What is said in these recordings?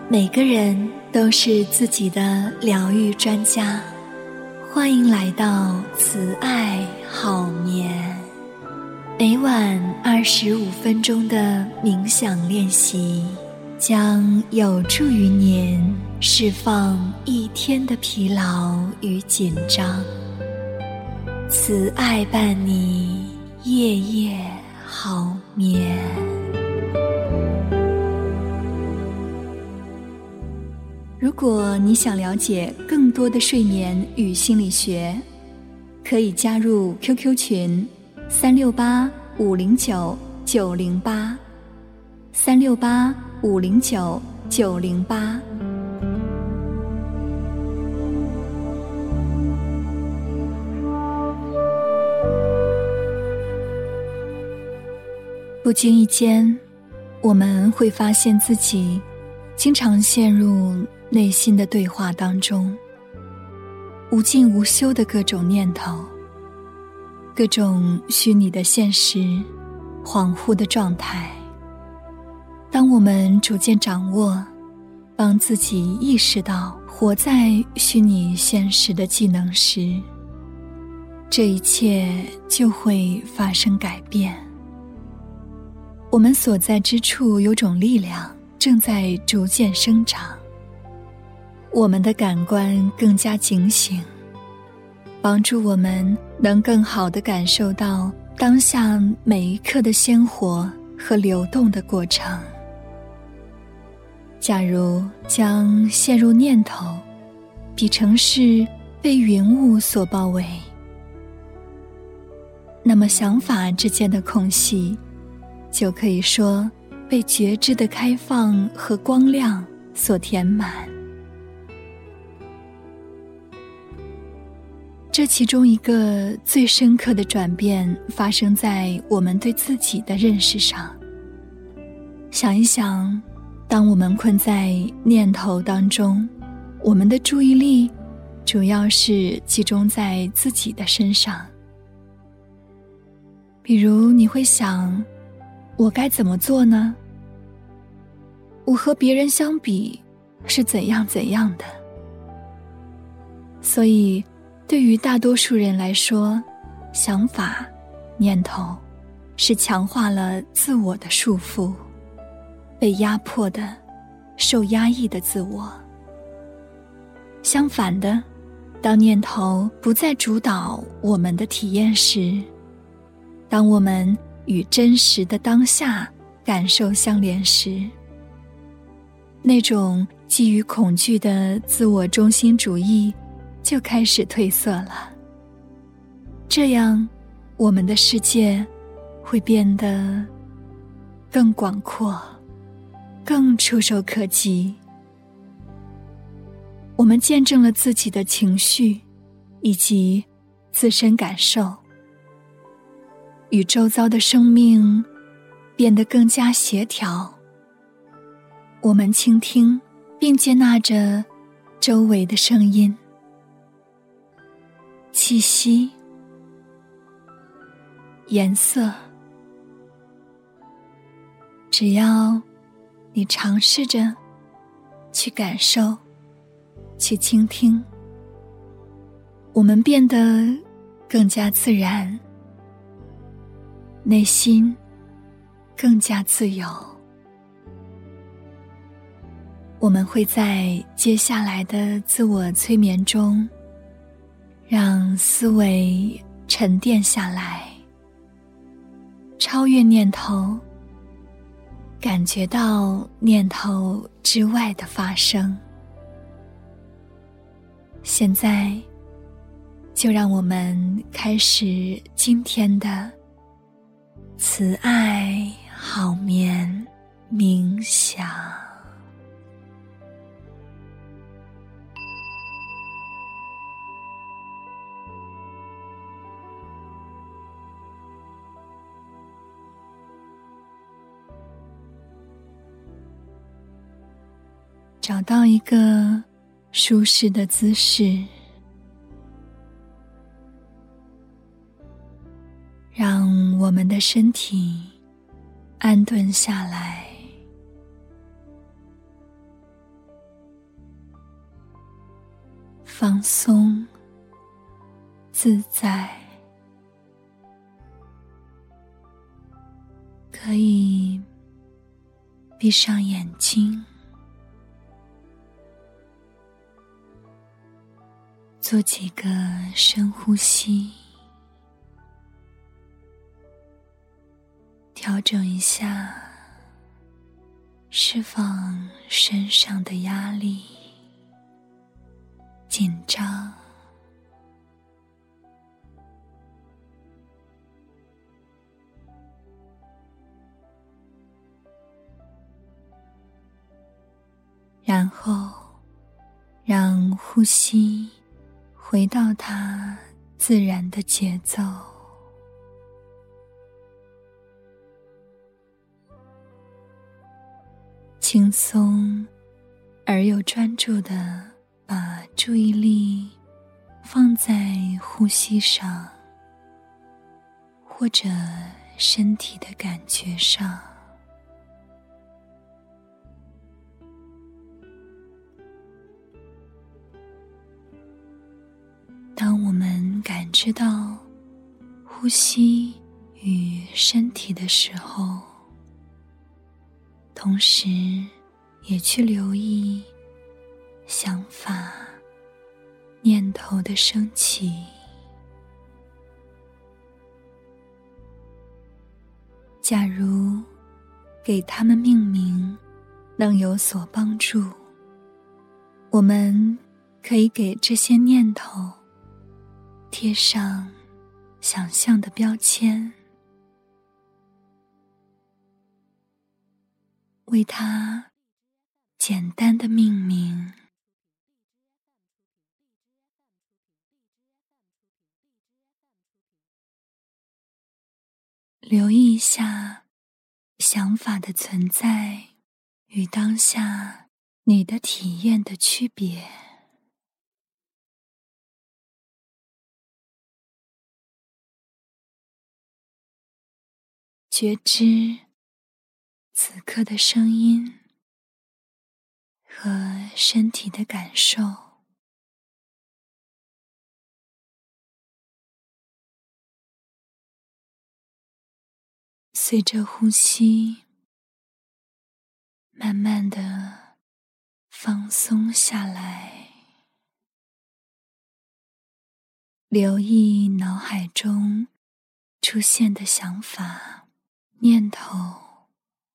每个人都是自己的疗愈专家，欢迎来到慈爱好眠。每晚25分钟的冥想练习，将有助于您释放一天的疲劳与紧张。慈爱伴你夜夜好眠。如果你想了解更多的睡眠与心理学，可以加入 QQ 群368-509-908 368-509-908。不经意间，我们会发现自己经常陷入内心的对话当中，无尽无休的各种念头，各种虚拟的现实，恍惚的状态。当我们逐渐掌握帮自己意识到活在虚拟现实的技能时，这一切就会发生改变。我们所在之处有种力量正在逐渐生长，我们的感官更加警醒，帮助我们能更好地感受到当下每一刻的鲜活和流动的过程。假如将陷入念头比成是被云雾所包围，那么想法之间的空隙就可以说被觉知的开放和光亮所填满。这其中一个最深刻的转变发生在我们对自己的认识上。想一想，当我们困在念头当中，我们的注意力主要是集中在自己的身上。比如你会想，我该怎么做呢？我和别人相比是怎样怎样的。所以对于大多数人来说，想法、念头是强化了自我的束缚，被压迫的、受压抑的自我。相反的，当念头不再主导我们的体验时，当我们与真实的当下感受相连时，那种基于恐惧的自我中心主义就开始褪色了。这样，我们的世界会变得更广阔，更触手可及。我们见证了自己的情绪以及自身感受，与周遭的生命变得更加协调。我们倾听并接纳着周围的声音，气息、颜色。只要你尝试着去感受，去倾听，我们变得更加自然，内心更加自由。我们会在接下来的自我催眠中，让思维沉淀下来，超越念头，感觉到念头之外的发生。现在，就让我们开始今天的慈爱好眠冥想。找到一个舒适的姿势，让我们的身体安顿下来， 放松、自在。可以闭上眼睛，做几个深呼吸，调整一下，释放身上的压力、紧张。然后让呼吸回到它自然的节奏，轻松而又专注地把注意力放在呼吸上，或者身体的感觉上。当我们感知到呼吸与身体的时候，同时也去留意想法、念头的升起。假如给它们命名能有所帮助，我们可以给这些念头贴上想象的标签，为它简单的命名。留意一下想法的存在与当下你的体验的区别。觉知此刻的声音和身体的感受，随着呼吸慢慢地放松下来，留意脑海中出现的想法、念头。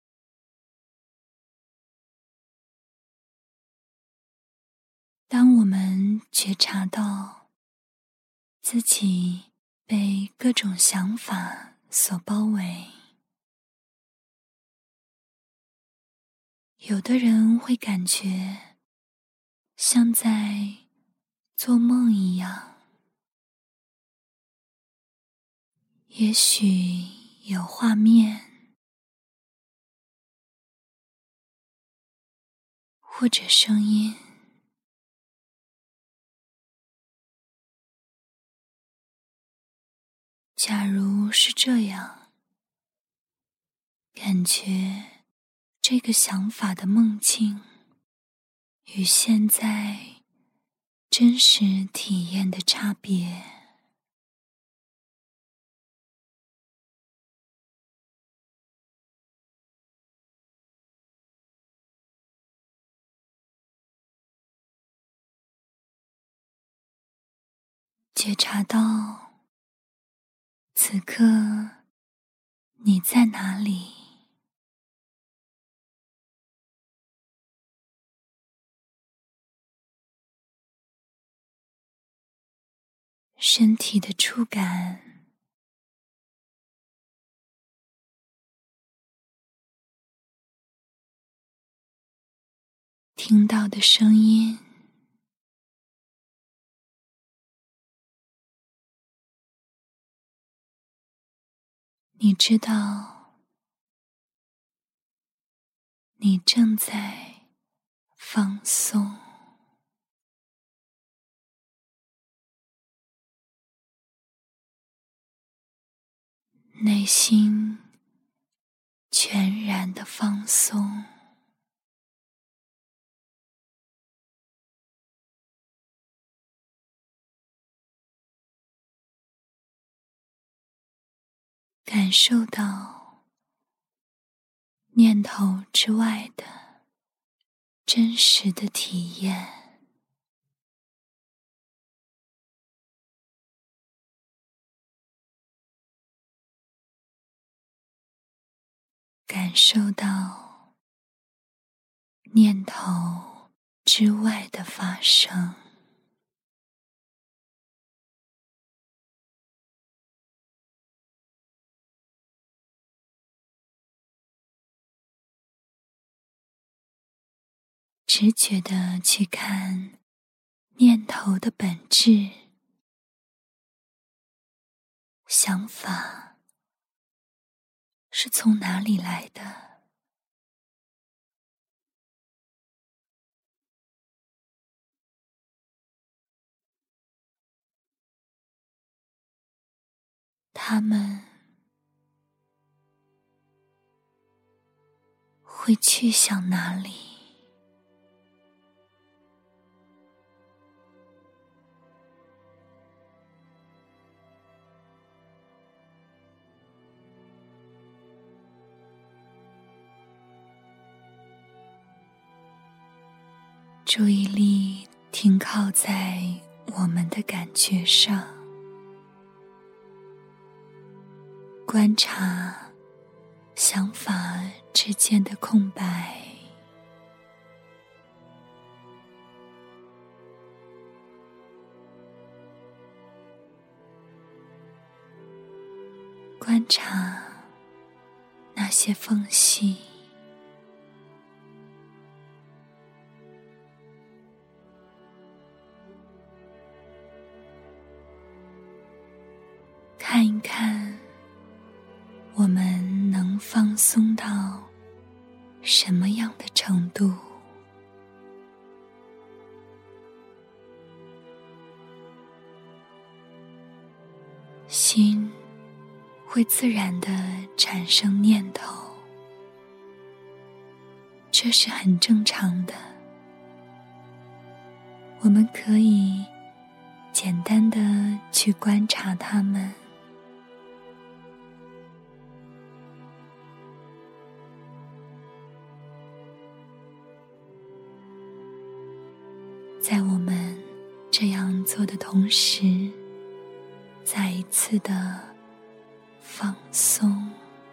当我们觉察到自己被各种想法所包围，有的人会感觉像在做梦一样，也许有画面或者声音。假如是这样，感觉这个想法的梦境与现在真实体验的差别。觉察到此刻你在哪里？身体的触感，听到的声音，你知道你正在放松。内心全然的放松。 感受到念头之外的真实的体验，感受到念头之外的发生。直觉地去看念头的本质，想法是从哪里来的？它们会去向哪里？注意力停靠在我们的感觉上，观察想法之间的空白，观察那些缝隙，看一看我们能放松到什么样的程度。心会自然地产生念头，这是很正常的。我们可以简单地去观察它们，在我们这样做的同时，再一次的放松，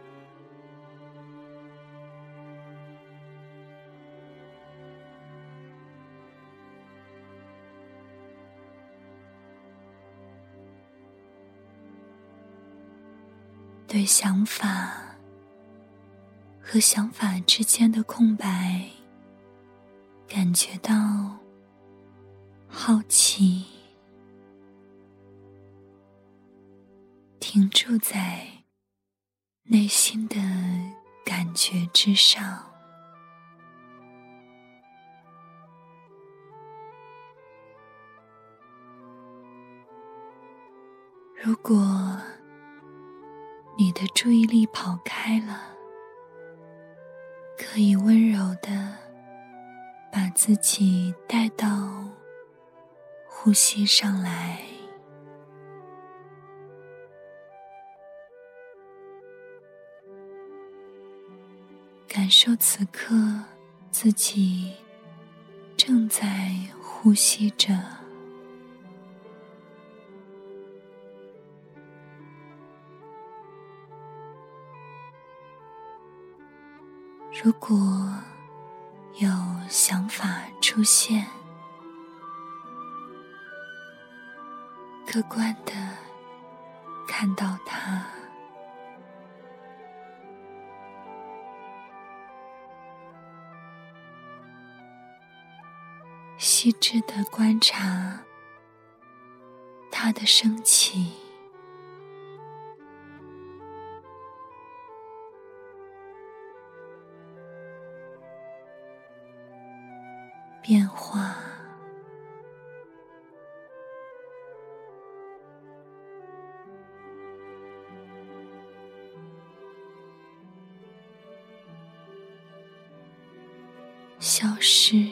对想法和想法之间的空白感觉到好奇，停驻在内心的感觉之上。如果你的注意力跑开了，可以温柔地把自己带到呼吸上来，感受此刻自己正在呼吸着。如果有想法出现，客观地看到它，细致地观察它的升起，变化，消失，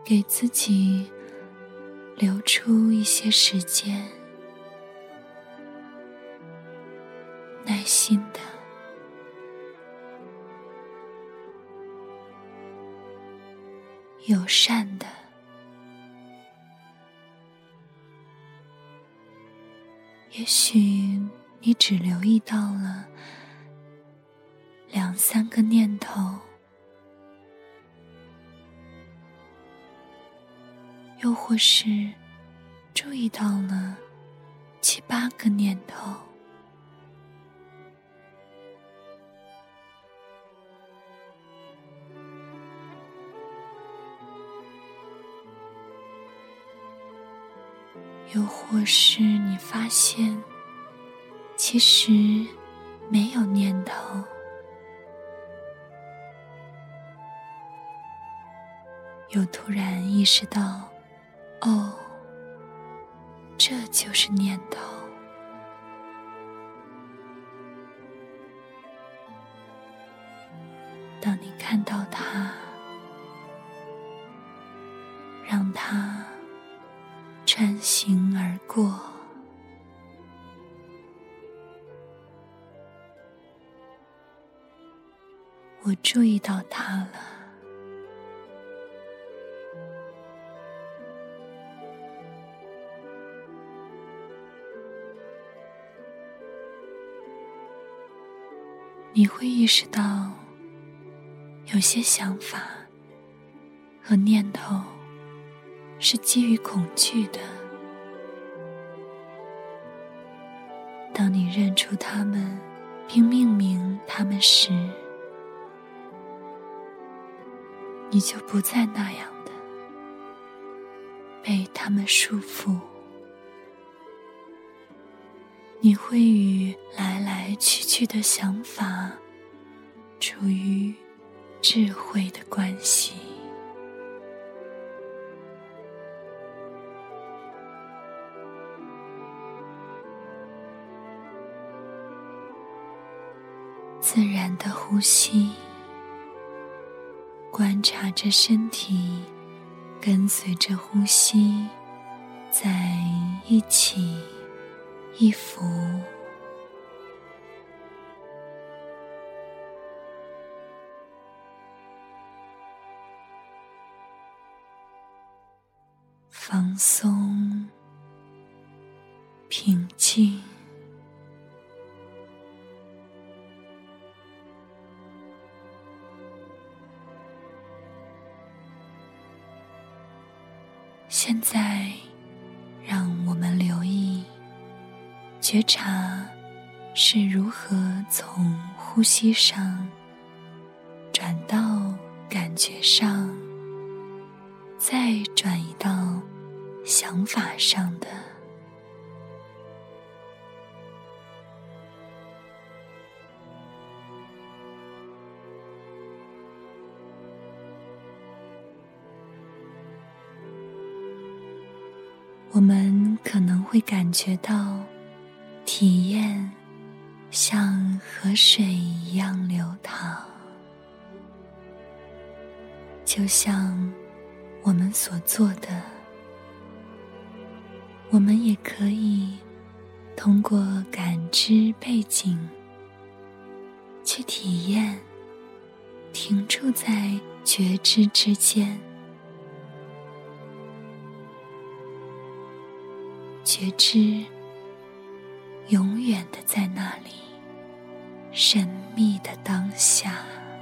给自己留出一些时间，耐心的友善的也许你只留意到了2-3个念头，又或是注意到了7-8个念头，又或是你发现其实没有念头，又突然意识到，哦，这就是念头。当你看到它，让它穿行而过，我注意到它了。你会意识到，有些想法和念头是基于恐惧的。当你认出它们并命名它们时，你就不再那样的被它们束缚。你会与来来去去的想法处于智慧的关系。自然的呼吸，观察着身体跟随着呼吸在一起一伏，放松，平静。现在，让我们留意觉察是如何从呼吸上转到感觉上，再转移到想法上的。我们可能会感觉到体验像河水一样流淌，就像我们所做的，我们也可以通过感知背景去体验停驻在觉知之间。觉知永远的在那里，神秘的当下。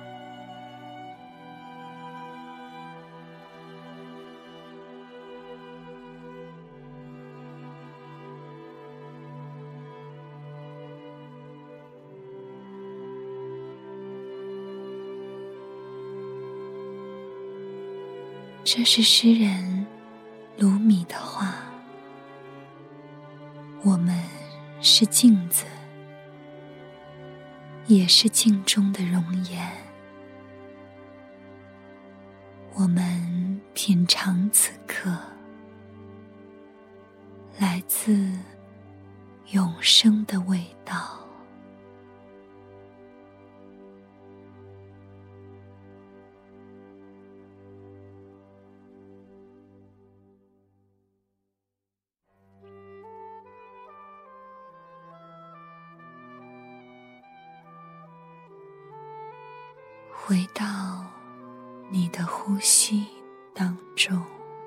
这是诗人鲁米的话。我们是镜子，也是镜中的容颜。我们品尝此刻来自永生的味道。 回到你的呼吸当中。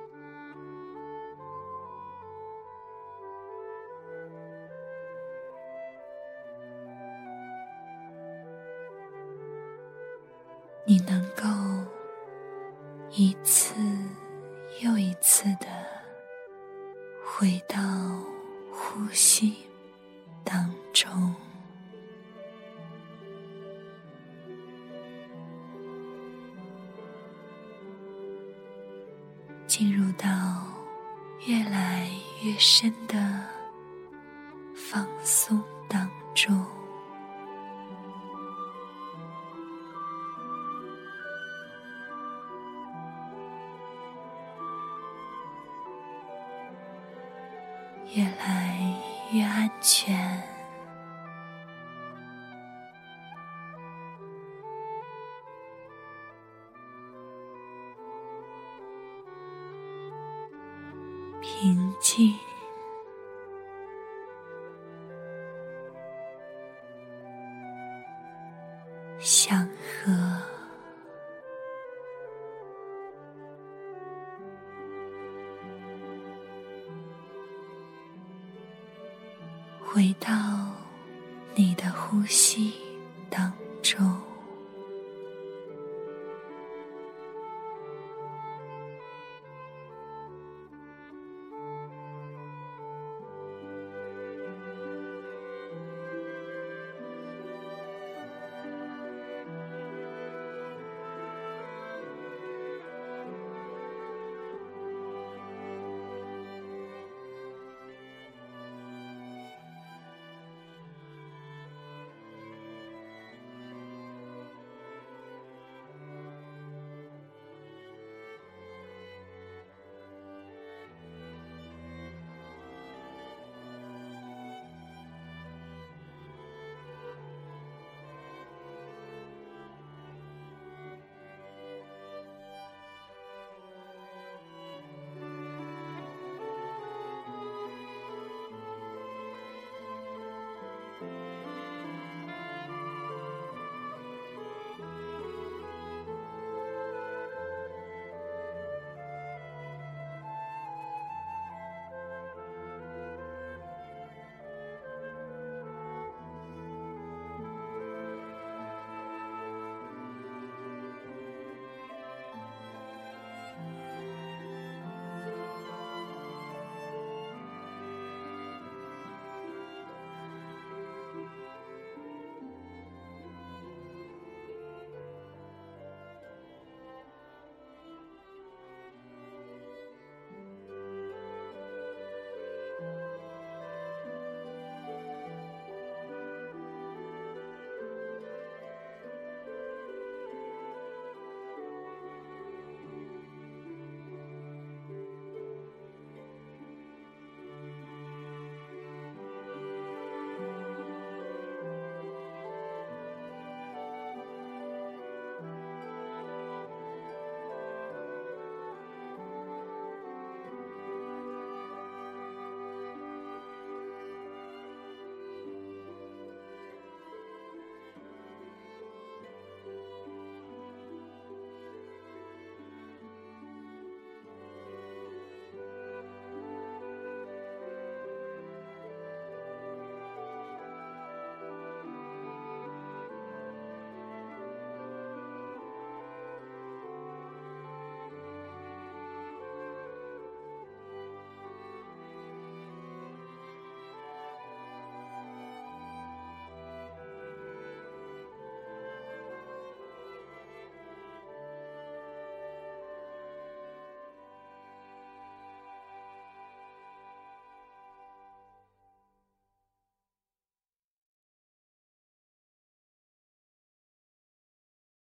你能够一次又一次地回到呼吸当中，进入到越来越深的放松当中。越来越安全，平静，祥和。